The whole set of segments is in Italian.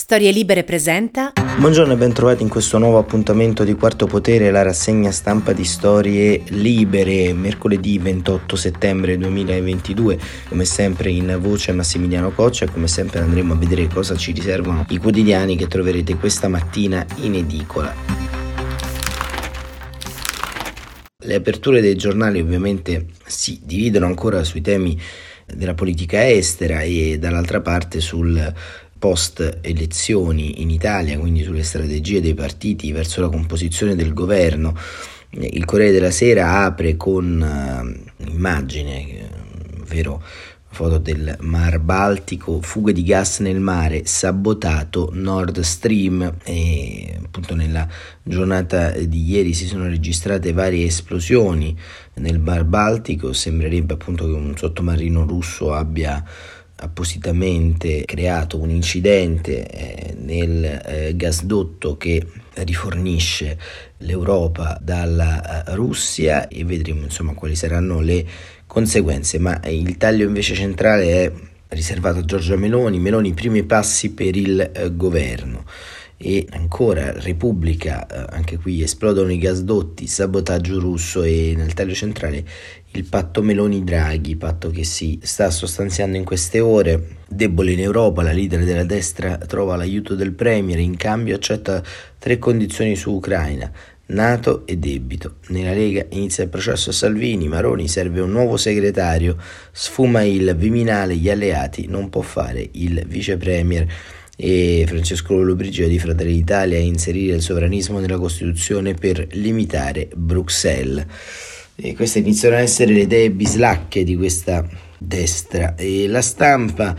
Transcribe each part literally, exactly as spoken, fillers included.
Storie Libere presenta. Buongiorno e bentrovati in questo nuovo appuntamento di Quarto Potere, la rassegna stampa di Storie Libere, mercoledì ventotto settembre duemilaventidue. Come sempre in voce Massimiliano Coccia e come sempre andremo a vedere cosa ci riservano i quotidiani che troverete questa mattina in edicola. Le aperture dei giornali ovviamente si dividono ancora sui temi della politica estera e dall'altra parte sul post elezioni in Italia, quindi sulle strategie dei partiti verso la composizione del governo. Il Corriere della Sera apre con uh, un'immagine, ovvero foto del Mar Baltico, fughe di gas nel mare, sabotato Nord Stream, e appunto nella giornata di ieri si sono registrate varie esplosioni nel Mar Baltico. Sembrerebbe appunto che un sottomarino russo abbia appositamente creato un incidente eh, nel eh, gasdotto che rifornisce l'Europa dalla uh, Russia, e vedremo insomma quali saranno le conseguenze. Ma il taglio invece centrale è riservato a Giorgia Meloni. Meloni, primi passi per il uh, governo. E ancora Repubblica, eh, anche qui esplodono i gasdotti, sabotaggio russo, e nel taglio centrale il patto Meloni-Draghi, patto che si sta sostanziando in queste ore. Debole in Europa, la leader della destra trova l'aiuto del premier, in cambio accetta tre condizioni su Ucraina, NATO e debito. Nella Lega inizia il processo a Salvini, Maroni serve un nuovo segretario, sfuma il Viminale, gli alleati, non può fare il vice premier. E Francesco Lollobrigida di Fratelli d'Italia a inserire il sovranismo nella Costituzione per limitare Bruxelles. E queste iniziano a essere le idee bislacche di questa destra. E La Stampa: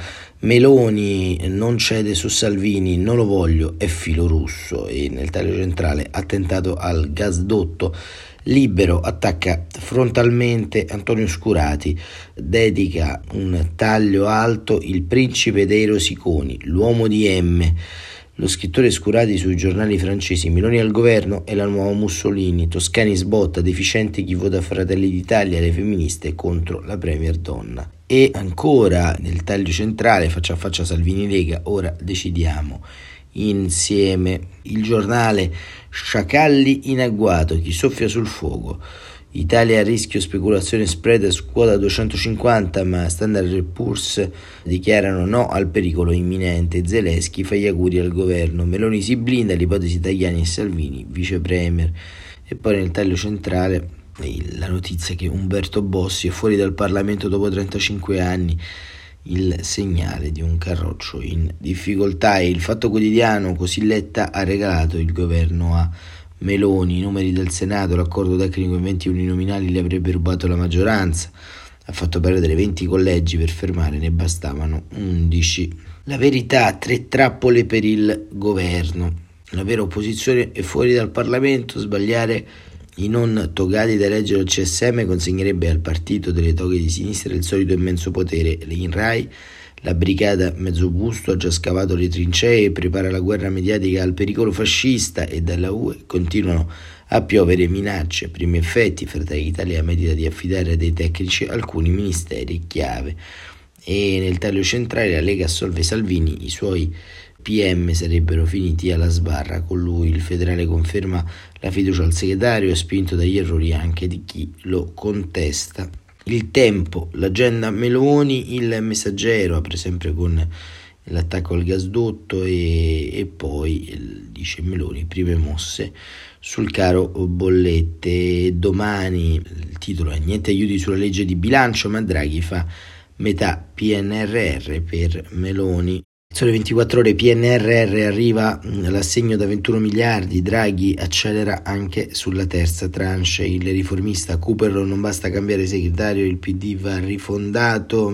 Meloni non cede su Salvini, non lo voglio, è filo russo. E nel taglio centrale attentato al gasdotto. Libero attacca frontalmente Antonio Scurati, dedica un taglio alto il principe dei rosiconi, l'uomo di M. Lo scrittore Scurati sui giornali francesi: Meloni al governo è la nuova Mussolini, Toscani sbotta, deficiente chi vota Fratelli d'Italia, le femministe contro la premier donna. E ancora nel taglio centrale, faccia a faccia Salvini-Lega, ora decidiamo insieme. Il Giornale: sciacalli in agguato, chi soffia sul fuoco, Italia a rischio speculazione spread quota duecentocinquanta, ma Standard e Poor's dichiarano no al pericolo imminente. Zelensky fa gli auguri al governo, Meloni si blinda, l'ipotesi Tajani e Salvini vice premier. E poi nel taglio centrale la notizia che Umberto Bossi è fuori dal Parlamento dopo trentacinque anni, il segnale di un Carroccio in difficoltà. E il Fatto Quotidiano: così Letta ha regalato il governo a Meloni, i numeri del Senato, l'accordo tecnico in venti uninominali le avrebbe rubato la maggioranza, ha fatto perdere venti collegi, per fermare ne bastavano undici. La Verità: tre trappole per il governo, la vera opposizione è fuori dal Parlamento, sbagliare i non togati da eleggere al C S M consegnerebbe al partito delle toghe di sinistra il solito immenso potere. In Rai: la brigata Mezzobusto ha già scavato le trincee e prepara la guerra mediatica al pericolo fascista, e dalla U E continuano a piovere minacce. Primi effetti: Fratelli d'Italia medita di affidare a dei tecnici alcuni ministeri chiave. E nel taglio centrale la Lega assolve Salvini, i suoi P M sarebbero finiti alla sbarra con lui, il federale conferma la fiducia al segretario, spinto dagli errori anche di chi lo contesta. Il Tempo: l'agenda Meloni, il Messaggero apre sempre con l'attacco al gasdotto e, e poi dice Meloni, prime mosse sul caro bollette. Domani il titolo è niente aiuti sulla legge di bilancio, ma Draghi fa metà P N R R per Meloni. Sole ventiquattro ore: P N R R arriva l'assegno da ventuno miliardi, Draghi accelera anche sulla terza tranche. Il riformista: Cooper non basta cambiare segretario, il P D va rifondato.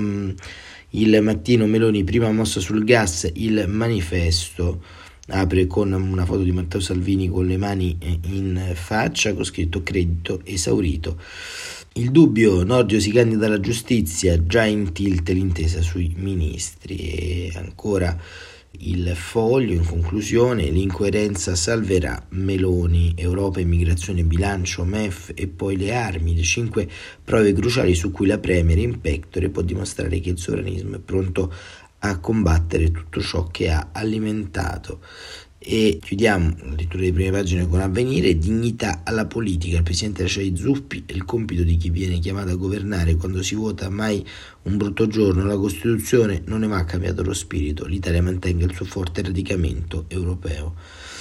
Il Mattino: Meloni prima mossa sul gas. Il Manifesto apre con una foto di Matteo Salvini con le mani in faccia con scritto credito esaurito. Il Dubbio: Nordio si candida alla giustizia, già in tilt l'intesa sui ministri. E ancora il Foglio, in conclusione: l'incoerenza salverà Meloni, Europa, immigrazione, bilancio, M E F e poi le armi, le cinque prove cruciali su cui la premier in pectore può dimostrare che il sovranismo è pronto a combattere tutto ciò che ha alimentato. E chiudiamo la lettura delle prime pagine con Avvenire. Dignità alla politica. Il presidente Acai Zuppi: è il compito di chi viene chiamato a governare. Quando si vota mai un brutto giorno. La Costituzione non ne va cambiato lo spirito. L'Italia mantenga il suo forte radicamento europeo.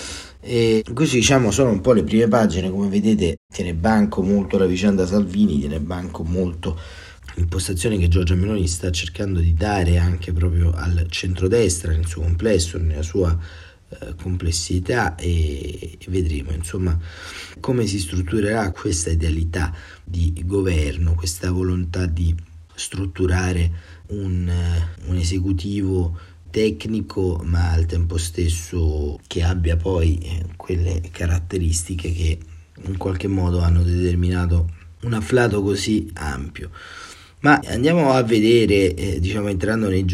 E così, diciamo, sono un po' le prime pagine. Come vedete, tiene banco molto la vicenda Salvini, tiene banco molto l'impostazione che Giorgia Meloni sta cercando di dare anche proprio al centrodestra nel suo complesso, nella sua eh, complessità, e, e vedremo insomma come si strutturerà questa idealità di governo, questa volontà di strutturare un, un esecutivo tecnico ma al tempo stesso che abbia poi eh, quelle caratteristiche che in qualche modo hanno determinato un afflato così ampio. Ma andiamo a vedere, eh, diciamo, entrando nei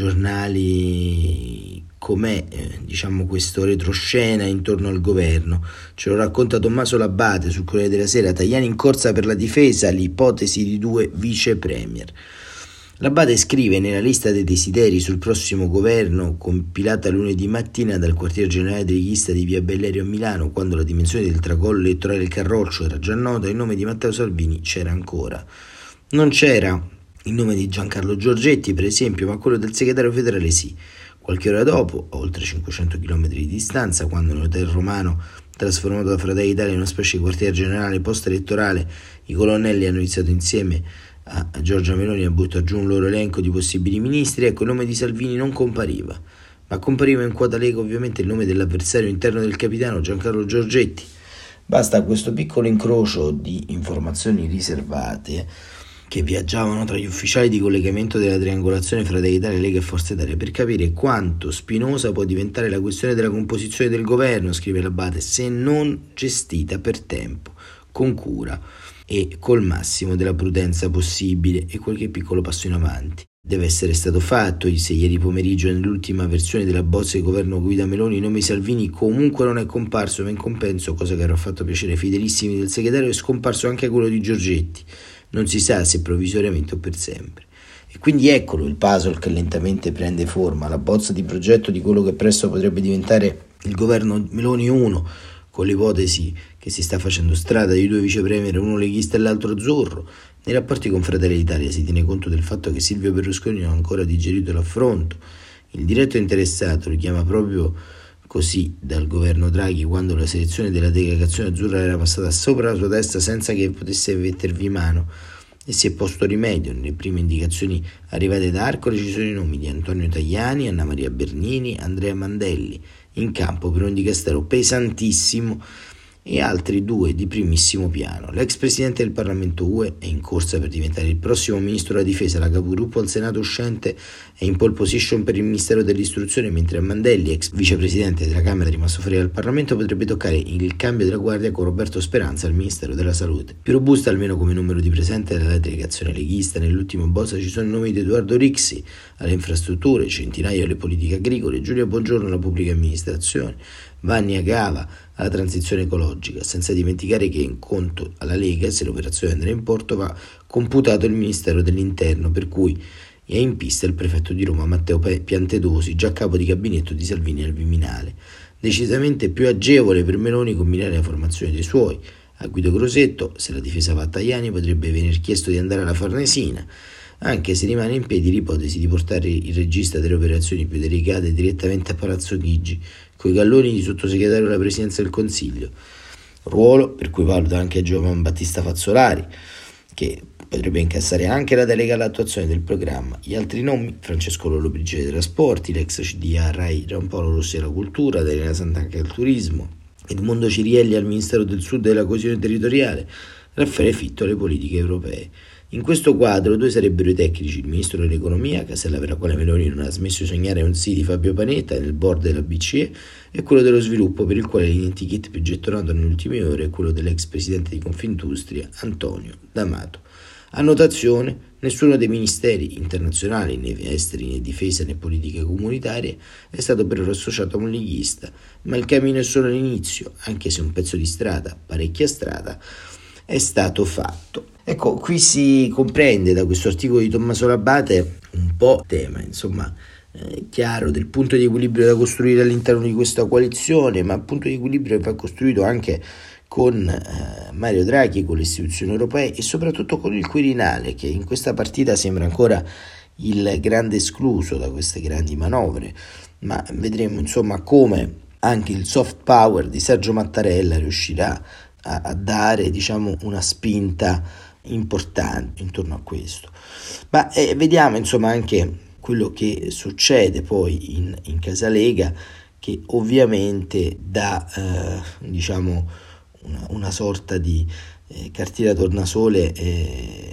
giornali, com'è eh, diciamo questo retroscena intorno al governo. Ce lo racconta Tommaso Labate sul Corriere della Sera. Tajani in corsa per la difesa, l'ipotesi di due vice premier. Labate scrive: nella lista dei desideri sul prossimo governo, compilata lunedì mattina dal quartier generale dei leghista di via Bellerio a Milano, quando la dimensione del tracollo elettorale del Carroccio era già nota, il nome di Matteo Salvini c'era ancora. Non c'era il nome di Giancarlo Giorgetti, per esempio, ma quello del segretario federale sì. Qualche ora dopo, a oltre cinquecento chilometri di distanza, quando nell'hotel romano, trasformato da Fratelli d'Italia in una specie di quartier generale post-elettorale, i colonnelli hanno iniziato insieme a Giorgia Meloni a buttare giù un loro elenco di possibili ministri, ecco, il nome di Salvini non compariva, ma compariva in quota lega ovviamente il nome dell'avversario interno del capitano, Giancarlo Giorgetti. Basta questo piccolo incrocio di informazioni riservate che viaggiavano tra gli ufficiali di collegamento della triangolazione Fratelli d'Italia, Lega e Forza Italia per capire quanto spinosa può diventare la questione della composizione del governo, scrive Labate, se non gestita per tempo, con cura e col massimo della prudenza possibile, e qualche piccolo passo in avanti deve essere stato fatto. Se ieri pomeriggio nell'ultima versione della bozza di governo guida Meloni il nome Salvini comunque non è comparso, ma in compenso, cosa che avrà fatto piacere ai fedelissimi del segretario, è scomparso anche quello di Giorgetti. Non si sa se provvisoriamente o per sempre. E quindi eccolo il puzzle che lentamente prende forma, la bozza di progetto di quello che presto potrebbe diventare il governo Meloni uno, con l'ipotesi che si sta facendo strada di due vice premier, uno leghista e l'altro azzurro. Nei rapporti con Fratelli d'Italia si tiene conto del fatto che Silvio Berlusconi non ha ancora digerito l'affronto. Il diretto interessato lo chiama proprio così dal governo Draghi quando la selezione della delegazione azzurra era passata sopra la sua testa senza che potesse mettervi mano, e si è posto rimedio. Nelle prime indicazioni arrivate da Arcole ci sono i nomi di Antonio Tajani, Anna Maria Bernini, Andrea Mandelli in campo per un dicastero pesantissimo e altri due di primissimo piano. L'ex presidente del Parlamento U E è in corsa per diventare il prossimo ministro della difesa, la capogruppo al Senato uscente è in pole position per il Ministero dell'Istruzione, mentre a Mandelli, ex vicepresidente della Camera rimasto fuori dal Parlamento, potrebbe toccare il cambio della guardia con Roberto Speranza al Ministero della Salute. Più robusta almeno come numero di presenze della delegazione leghista, nell'ultimo bozza ci sono i nomi di Edoardo Rixi alle infrastrutture, Centinaio alle politiche agricole, Giulia Bongiorno alla pubblica amministrazione, Vanni Agava alla transizione ecologica, senza dimenticare che in conto alla Lega, se l'operazione andrà in porto, va computato il Ministero dell'Interno, per cui è in pista il prefetto di Roma Matteo Piantedosi, già capo di gabinetto di Salvini al Viminale. Decisamente più agevole per Meloni combinare la formazione dei suoi. A Guido Crosetto, se la difesa va a Tajani, potrebbe venir chiesto di andare alla Farnesina, anche se rimane in piedi l'ipotesi di portare il regista delle operazioni più delicate direttamente a Palazzo Chigi, coi galloni di sottosegretario alla Presidenza del Consiglio, ruolo per cui valuta anche Giovan Battista Fazzolari, che potrebbe incassare anche la delega all'attuazione del programma. Gli altri nomi: Francesco Lollobrigida dei Trasporti, l'ex C D A Rai Giampaolo Rossi alla Cultura, Elena Santanchè al Turismo, Edmondo Cirielli al Ministero del Sud e della Coesione Territoriale, Raffaele Fitto alle politiche europee. In questo quadro due sarebbero i tecnici: il ministro dell'economia, casella per la quale Meloni non ha smesso di sognare un sì di Fabio Panetta nel board della B C E, e quello dello sviluppo, per il quale l'identikit più gettonato nelle ultime ore è quello dell'ex presidente di Confindustria Antonio D'Amato. Annotazione: nessuno dei ministeri internazionali, né esteri né difesa né politiche comunitarie, è stato per ora associato a un leghista, ma il cammino è solo all'inizio, anche se un pezzo di strada, parecchia strada, è stato fatto. Ecco, qui si comprende da questo articolo di Tommaso Labate un po' il tema, insomma, eh, chiaro del punto di equilibrio da costruire all'interno di questa coalizione, ma un punto di equilibrio che va costruito anche con eh, Mario Draghi, con le istituzioni europee e soprattutto con il Quirinale, che in questa partita sembra ancora il grande escluso da queste grandi manovre, ma vedremo insomma come anche il soft power di Sergio Mattarella riuscirà a, a dare, diciamo, una spinta importante intorno a questo. Ma eh, vediamo insomma anche quello che succede poi in, in Casa Lega, che ovviamente dà eh, diciamo una, una sorta di eh, cartina tornasole eh,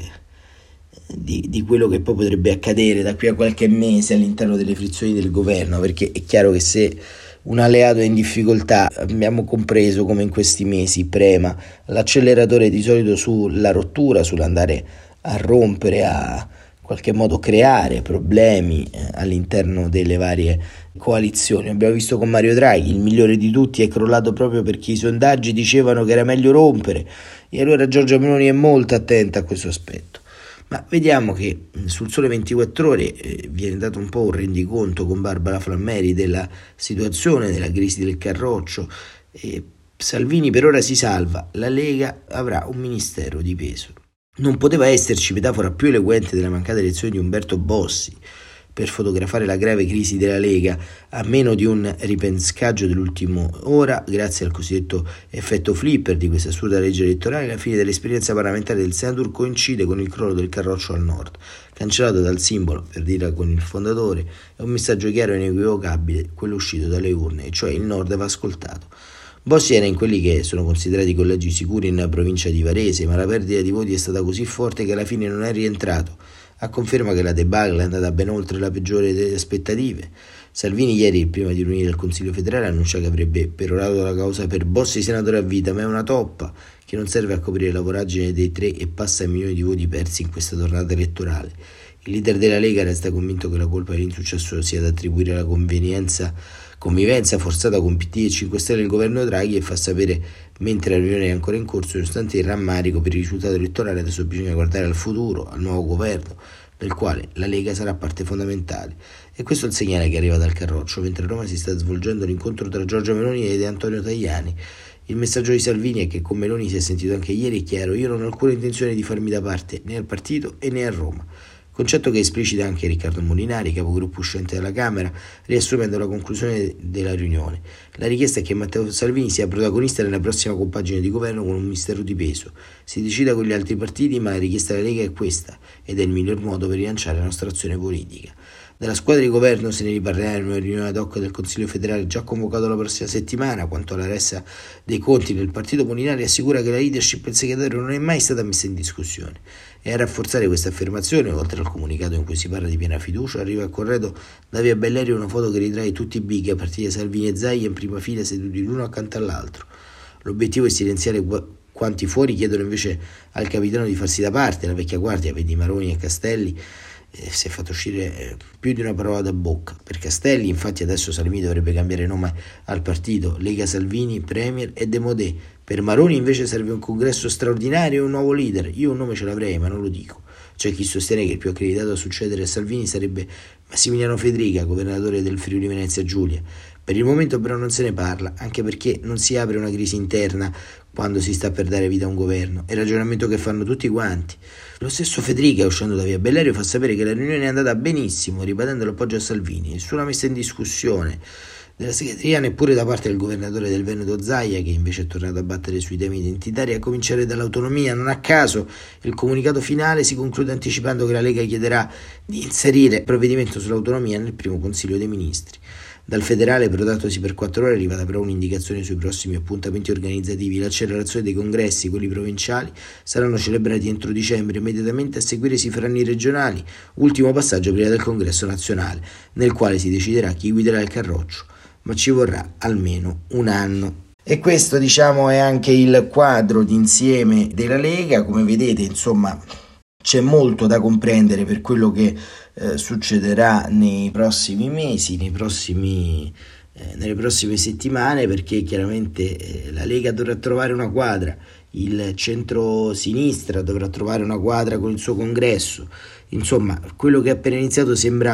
di, di quello che poi potrebbe accadere da qui a qualche mese all'interno delle frizioni del governo, perché è chiaro che se un alleato è in difficoltà, abbiamo compreso come in questi mesi prema l'acceleratore di solito sulla rottura, sull'andare a rompere, a in qualche modo creare problemi eh, all'interno delle varie coalizioni. Abbiamo visto con Mario Draghi, il migliore di tutti è crollato proprio perché i sondaggi dicevano che era meglio rompere, e allora Giorgia Meloni è molto attenta a questo aspetto. Ma vediamo che sul Sole ventiquattro Ore eh, viene dato un po' un rendiconto con Barbara Flammeri della situazione della crisi del Carroccio. E Salvini per ora si salva, la Lega avrà un ministero di peso. Non poteva esserci metafora più eloquente della mancata elezione di Umberto Bossi per fotografare la grave crisi della Lega, a meno di un ripenscaggio dell'ultima ora, grazie al cosiddetto effetto flipper di questa assurda legge elettorale. La fine dell'esperienza parlamentare del Senatur coincide con il crollo del Carroccio al nord, cancellato dal simbolo, per dire con il fondatore, è un messaggio chiaro e inequivocabile, quello uscito dalle urne, e cioè il nord va ascoltato. Bossi era in quelli che sono considerati collegi sicuri nella provincia di Varese, ma la perdita di voti è stata così forte che alla fine non è rientrato, a conferma che la debacle è andata ben oltre la peggiore delle aspettative. Salvini ieri, prima di riunire il Consiglio federale, annuncia che avrebbe perorato la causa per Bossi senatore a vita, ma è una toppa che non serve a coprire la voragine dei tre e passa milioni di voti persi in questa tornata elettorale. Il leader della Lega resta convinto che la colpa dell'insuccesso sia da attribuire alla convenienza convivenza forzata con P D e cinque Stelle del governo Draghi, e fa sapere, mentre la riunione è ancora in corso, nonostante il rammarico per il risultato elettorale, adesso bisogna guardare al futuro, al nuovo governo, nel quale la Lega sarà parte fondamentale. E questo è il segnale che arriva dal Carroccio, mentre a Roma si sta svolgendo l'incontro tra Giorgia Meloni ed Antonio Tajani. Il messaggio di Salvini è che con Meloni, si è sentito anche ieri, è chiaro: io non ho alcuna intenzione di farmi da parte né al partito e né a Roma. Concetto che esplicita anche Riccardo Molinari, capogruppo uscente della Camera, riassumendo la conclusione della riunione. La richiesta è che Matteo Salvini sia protagonista nella prossima compagine di governo con un ministero di peso. Si decida con gli altri partiti, ma la richiesta della Lega è questa, ed è il miglior modo per rilanciare la nostra azione politica. Della squadra di governo se ne riparlerà in una riunione ad hoc del Consiglio federale già convocato la prossima settimana. Quanto alla resa dei conti del partito, Molinari assicura che la leadership del segretario non è mai stata messa in discussione. E a rafforzare questa affermazione, oltre al comunicato in cui si parla di piena fiducia, arriva a corredo da via Bellerio una foto che ritrae tutti i big, a partire da Salvini e Zaia, in prima fila seduti l'uno accanto all'altro. L'obiettivo è silenziare quanti fuori chiedono invece al capitano di farsi da parte. La vecchia guardia, vedi Maroni e Castelli, Eh, si è fatto uscire eh, più di una parola da bocca. Per Castelli, infatti, adesso Salvini dovrebbe cambiare nome al partito: Lega Salvini, Premier e Demodè. Per Maroni invece serve un congresso straordinario e un nuovo leader. Io un nome ce l'avrei, ma non lo dico. C'è chi sostiene che il più accreditato a succedere a Salvini sarebbe Massimiliano Federica, governatore del Friuli Venezia Giulia. Per il momento però non se ne parla, anche perché non si apre una crisi interna quando si sta per dare vita a un governo. È il ragionamento che fanno tutti quanti. Lo stesso Federica, uscendo da via Bellerio, fa sapere che la riunione è andata benissimo, ribadendo l'appoggio a Salvini. Nessuna messa in discussione della segreteria, neppure da parte del governatore del Veneto Zaia, che invece è tornato a battere sui temi identitari, a cominciare dall'autonomia. Non a caso il comunicato finale si conclude anticipando che la Lega chiederà di inserire il provvedimento sull'autonomia nel primo Consiglio dei Ministri. Dal federale, prodottosi per quattro ore, è arrivata però un'indicazione sui prossimi appuntamenti organizzativi. L'accelerazione dei congressi, quelli provinciali, saranno celebrati entro dicembre. Immediatamente a seguire si faranno i regionali, ultimo passaggio prima del congresso nazionale, nel quale si deciderà chi guiderà il Carroccio, ma ci vorrà almeno un anno. E questo, diciamo, è anche il quadro d'insieme della Lega. Come vedete, insomma, c'è molto da comprendere per quello che eh, succederà nei prossimi mesi, nei prossimi, eh, nelle prossime settimane, perché chiaramente eh, la Lega dovrà trovare una quadra, il centro-sinistra dovrà trovare una quadra con il suo congresso. Insomma, quello che è appena iniziato sembra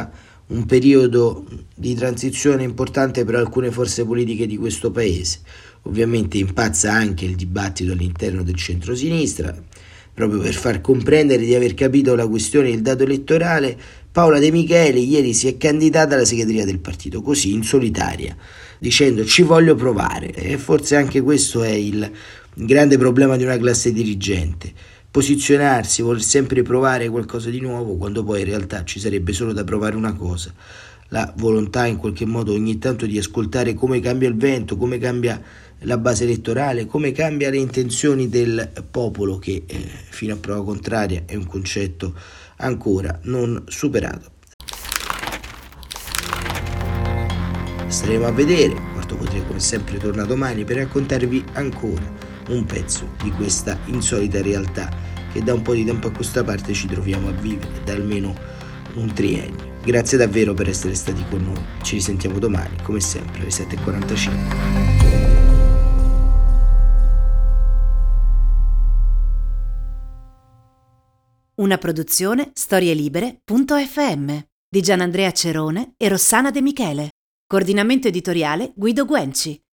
un periodo di transizione importante per alcune forze politiche di questo paese. Ovviamente impazza anche il dibattito all'interno del centro-sinistra, proprio per far comprendere di aver capito la questione del dato elettorale. Paola De Michele ieri si è candidata alla segreteria del partito, così in solitaria, dicendo ci voglio provare, e forse anche questo è il grande problema di una classe dirigente: posizionarsi, voler sempre provare qualcosa di nuovo, quando poi in realtà ci sarebbe solo da provare una cosa, la volontà in qualche modo ogni tanto di ascoltare come cambia il vento, come cambia la base elettorale, come cambia le intenzioni del popolo, che eh, fino a prova contraria è un concetto ancora non superato. Staremo a vedere. Quarto Potere come sempre torna domani per raccontarvi ancora un pezzo di questa insolita realtà che da un po' di tempo a questa parte ci troviamo a vivere, da almeno un triennio. Grazie davvero per essere stati con noi. Ci risentiamo domani, come sempre, alle sette e quarantacinque. Una produzione storielibere punto effe emme di Gianandrea Cerone e Rossana De Michele. Coordinamento editoriale Guido Guenci.